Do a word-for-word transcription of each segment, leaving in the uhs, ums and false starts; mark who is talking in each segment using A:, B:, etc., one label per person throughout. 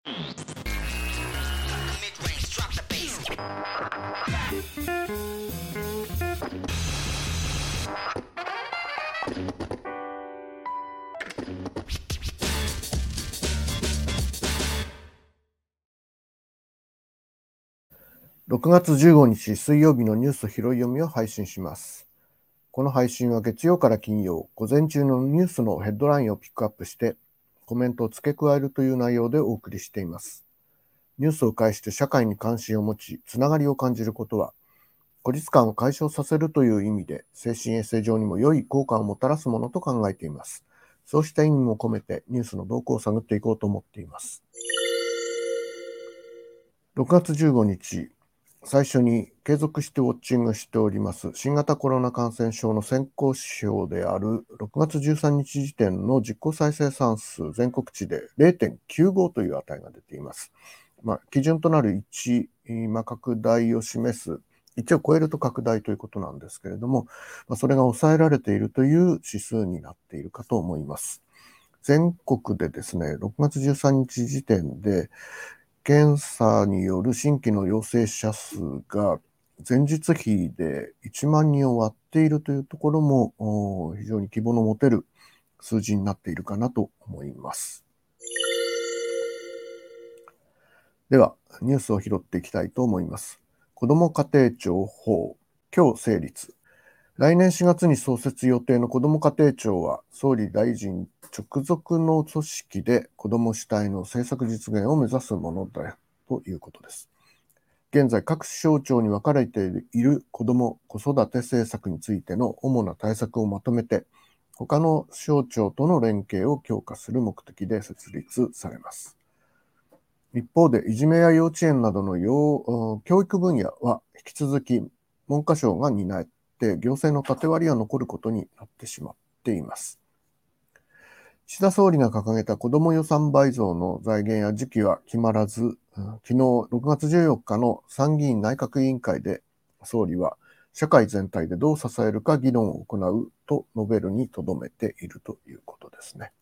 A: ろくがつじゅうごにち水曜日のニュース拾い読みを配信します。この配信は月曜から金曜、午前中のニュースのヘッドラインをピックアップして、コメントを付け加えるという内容でお送りしています。ニュースを介して社会に関心を持ち、つながりを感じることは、孤立感を解消させるという意味で、精神衛生上にも良い効果をもたらすものと考えています。そうした意味も込めてニュースの動向を探っていこうと思っています。ろくがつじゅうごにち、最初に継続してウォッチングしております新型コロナ感染症の先行指標であるろくがつじゅうさんにち時点の実効再生産数全国値で れいてんきゅうご という値が出ています。まあ、基準となるいち、まあ、拡大を示すいちを超えると拡大ということなんですけれども、まあ、それが抑えられているという指数になっているかと思います。全国でですね、ろくがつじゅうさんにち時点で検査による新規の陽性者数が前日比でいちまんにんを割っているというところも非常に希望の持てる数字になっているかなと思います。では、ニュースを拾っていきたいと思います。子ども家庭庁法、今日成立。来年しがつに創設予定の子ども家庭庁は、総理大臣直属の組織で子ども主体の政策実現を目指すものだということです。現在、各省庁に分かれている子ども・子育て政策についての主な対策をまとめて、他の省庁との連携を強化する目的で設立されます。一方で、いじめや幼稚園などの教育分野は引き続き文科省が担って行政の縦割りが残ることになってしまっています。岸田総理が掲げた子ども予算倍増の財源や時期は決まらず、昨日ろくがつじゅうよっかの参議院内閣委員会で総理は社会全体でどう支えるか議論を行うと述べるにとどめているということですね。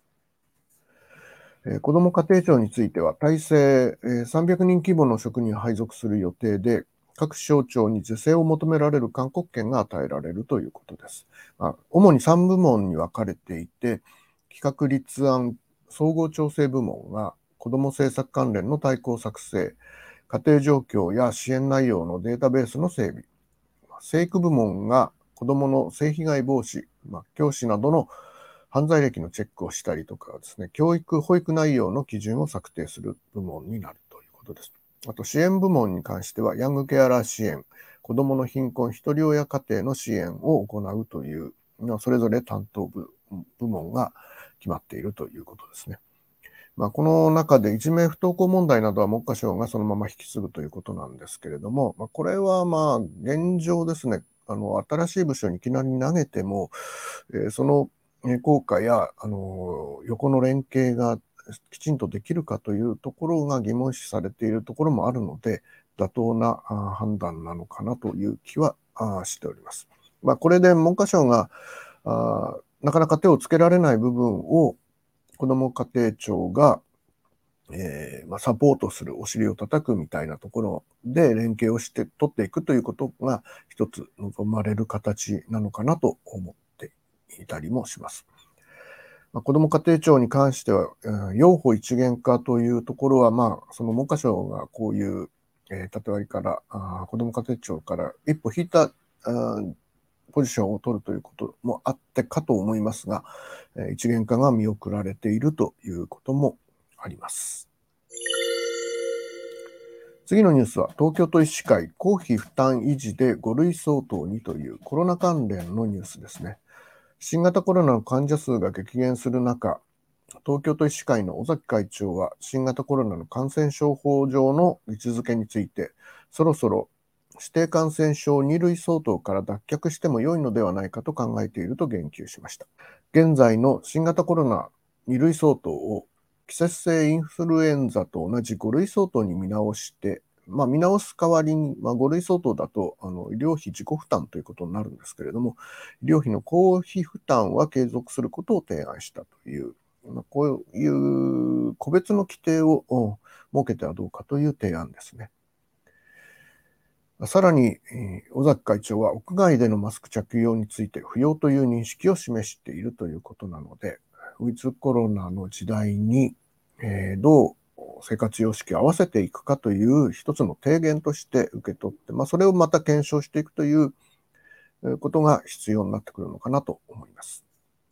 A: 子ども家庭庁については体制さんびゃくにん規模の職員を配属する予定で、各省庁に是正を求められる勧告権が与えられるということです。まあ、主にさんぶもんに分かれていて、企画立案総合調整部門が子ども政策関連の大綱作成、家庭状況や支援内容のデータベースの整備、成育部門が子どもの性被害防止、まあ、教師などの犯罪歴のチェックをしたりとかですね、教育・保育内容の基準を策定する部門になるということです。あと支援部門に関しては、ヤングケアラー支援、子どもの貧困、ひとり親家庭の支援を行うという、それぞれ担当部部門が決まっているということですね。まあ、この中でいじめ不登校問題などは文科省がそのまま引き継ぐということなんですけれども、まあ、これはまあ現状ですね、あの新しい部署にいきなり投げても、えー、その効果やあの横の連携がきちんとできるかというところが疑問視されているところもあるので、妥当な判断なのかなという気はしております。まあ、これで文科省があなかなか手をつけられない部分を子ども家庭庁が、えーまあ、サポートする、お尻を叩くみたいなところで連携をして取っていくということが一つ望まれる形なのかなと思っていたりもします。まあ、子ども家庭庁に関しては、幼保一元化というところは、まあ、その文科省がこういう、えー、縦割りからあ、子ども家庭庁から一歩引いたあポジションを取るということもあってかと思いますが、一元化が見送られているということもあります。次のニュースは、東京都医師会公費負担維持でご類相当にというコロナ関連のニュースですね。新型コロナの患者数が激減する中、東京都医師会の尾崎会長は新型コロナの感染症法上の位置づけについて、そろそろ指定感染症に類相当から脱却しても良いのではないかと考えていると言及しました。現在の新型コロナに類相当を季節性インフルエンザと同じご類相当に見直して、まあ、見直す代わりに、まあ、ご類相当だとあの医療費自己負担ということになるんですけれども、医療費の公費負担は継続することを提案したというこういう個別の規定を設けてはどうかという提案ですね。さらに、尾崎会長は屋外でのマスク着用について不要という認識を示しているということなので、ウィズコロナの時代にどう生活様式を合わせていくかという一つの提言として受け取って、まあ、それをまた検証していくということが必要になってくるのかなと思います。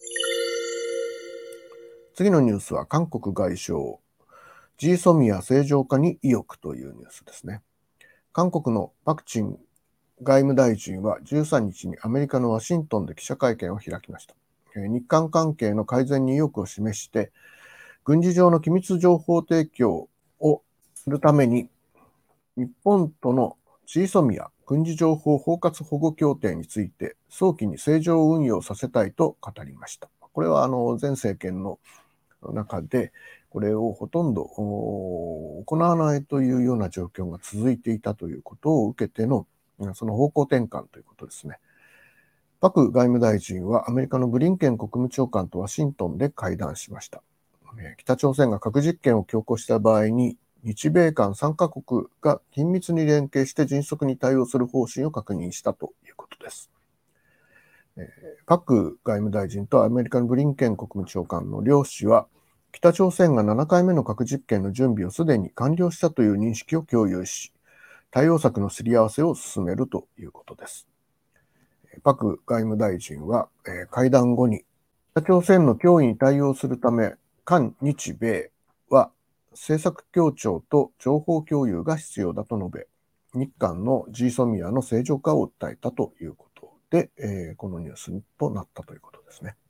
A: 次のニュースは韓国外相、ジーソミア正常化に意欲というニュースですね。韓国のパク・チン外務大臣はじゅうさんにちにアメリカのワシントンで記者会見を開きました。日韓関係の改善に意欲を示して、軍事上の機密情報提供をするために、日本とのジーソミア軍事情報包括保護協定について早期に正常運用させたいと語りました。これはあの前政権の中でこれをほとんど行わないというような状況が続いていたということを受けてのその方向転換ということですね。パク外務大臣はアメリカのブリンケン国務長官とワシントンで会談しました。北朝鮮が核実験を強行した場合に日米韓さんカ国が緊密に連携して迅速に対応する方針を確認したということです。パク外務大臣とアメリカのブリンケン国務長官の両氏は、北朝鮮がななかいめの核実験の準備をすでに完了したという認識を共有し、対応策のすり合わせを進めるということです。パク外務大臣は、会談後に、北朝鮮の脅威に対応するため、韓日米は政策協調と情報共有が必要だと述べ、日韓のジーソミアの正常化を訴えたということで、えー、このニュースとなったということですね。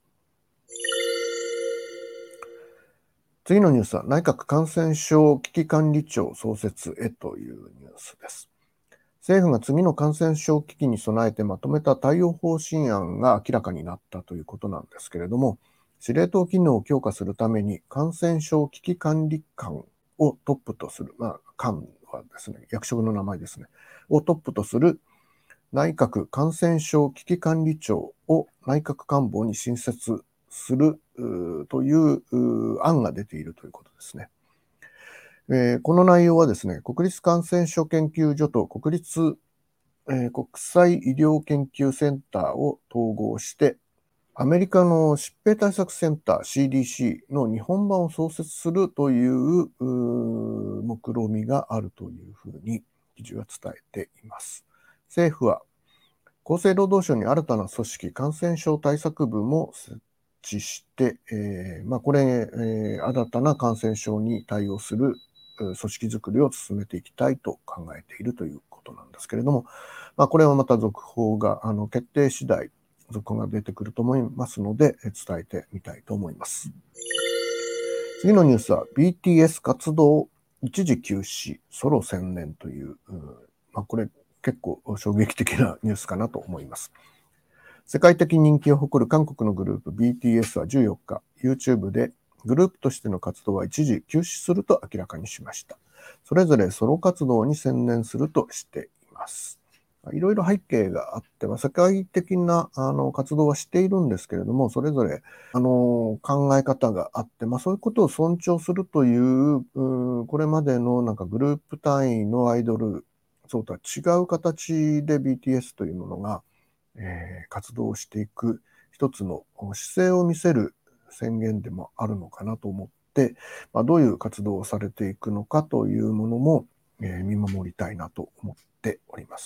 A: 次のニュースは内閣感染症危機管理庁創設へというニュースです。政府が次の感染症危機に備えてまとめた対応方針案が明らかになったということなんですけれども、司令塔機能を強化するために感染症危機管理官をトップとする、まあ、官はですね、役職の名前ですね、をトップとする内閣感染症危機管理庁を内閣官房に新設するという案が出ているということですね。えー、この内容はですね、国立感染症研究所と国立、えー、国際医療研究センターを統合して、アメリカの疾病対策センター シーディーシー の日本版を創設するという目論みがあるというふうに記事は伝えています。政府は厚生労働省に新たな組織感染症対策部も設置して、えーまあ、これ、えー、新たな感染症に対応する組織づくりを進めていきたいと考えているということなんですけれども、まあ、これはまた続報があの決定次第続報が出てくると思いますので伝えてみたいと思います。次のニュースは ビーティーエス 活動一時休止ソロ専念という、まあ、これ結構衝撃的なニュースかなと思います。世界的人気を誇る韓国のグループ ビーティーエス はじゅうよっか YouTube でグループとしての活動は一時休止すると明らかにしました。それぞれソロ活動に専念するとしています。いろいろ背景があって、世界的なあの活動はしているんですけれども、それぞれあの考え方があって、まあ、そういうことを尊重するという、うこれまでのなんかグループ単位のアイドル、そうとは違う形で ビーティーエス というものが、えー、活動していく一つの姿勢を見せる宣言でもあるのかなと思って、まあ、どういう活動をされていくのかというものも、えー、見守りたいなと思っております。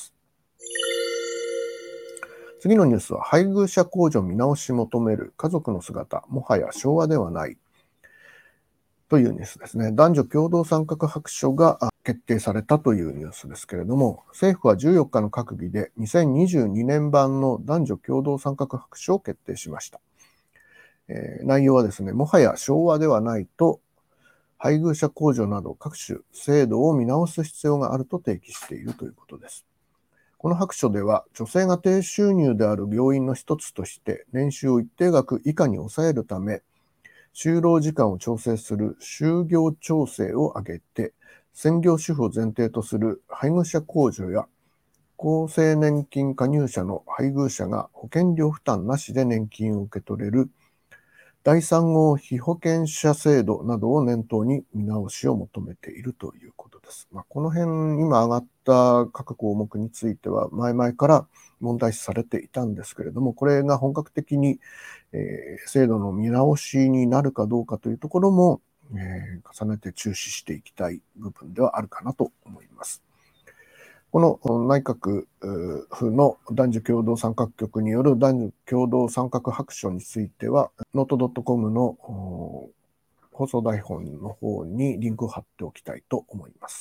A: 次のニュースは配偶者控除見直し求める家族の姿、もはや昭和ではないというニュースですね。男女共同参画白書が決定されたというニュースですけれども、政府はじゅうよっかの閣議でにせんにじゅうにねん版の男女共同参画白書を決定しました。えー、内容はですね、もはや昭和ではないと、配偶者控除など各種制度を見直す必要があると提起しているということです。この白書では、女性が低収入である要因の一つとして、年収を一定額以下に抑えるため、就労時間を調整する就業調整を挙げて、専業主婦を前提とする配偶者控除や、厚生年金加入者の配偶者が保険料負担なしで年金を受け取れるだいさん号被保険者制度などを念頭に見直しを求めているということです。まあ、この辺、今上がった各項目については、前々から問題視されていたんですけれども、これが本格的に、えー、制度の見直しになるかどうかというところも、えー、重ねて注視していきたい部分ではあるかなと思います。この内閣府の男女共同参画局による男女共同参画白書については、ノートドットコム の放送台本の方にリンクを貼っておきたいと思います。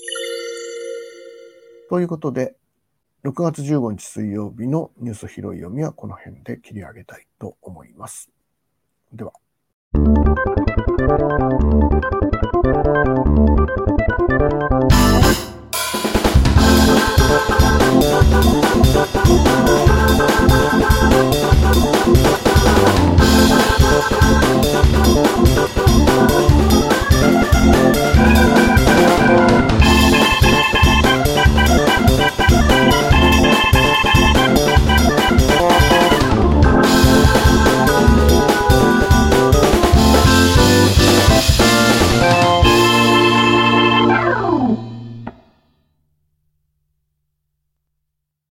A: ということで、ろくがつじゅうごにち水曜日のニュース拾い読みはこの辺で切り上げたいと思います。では。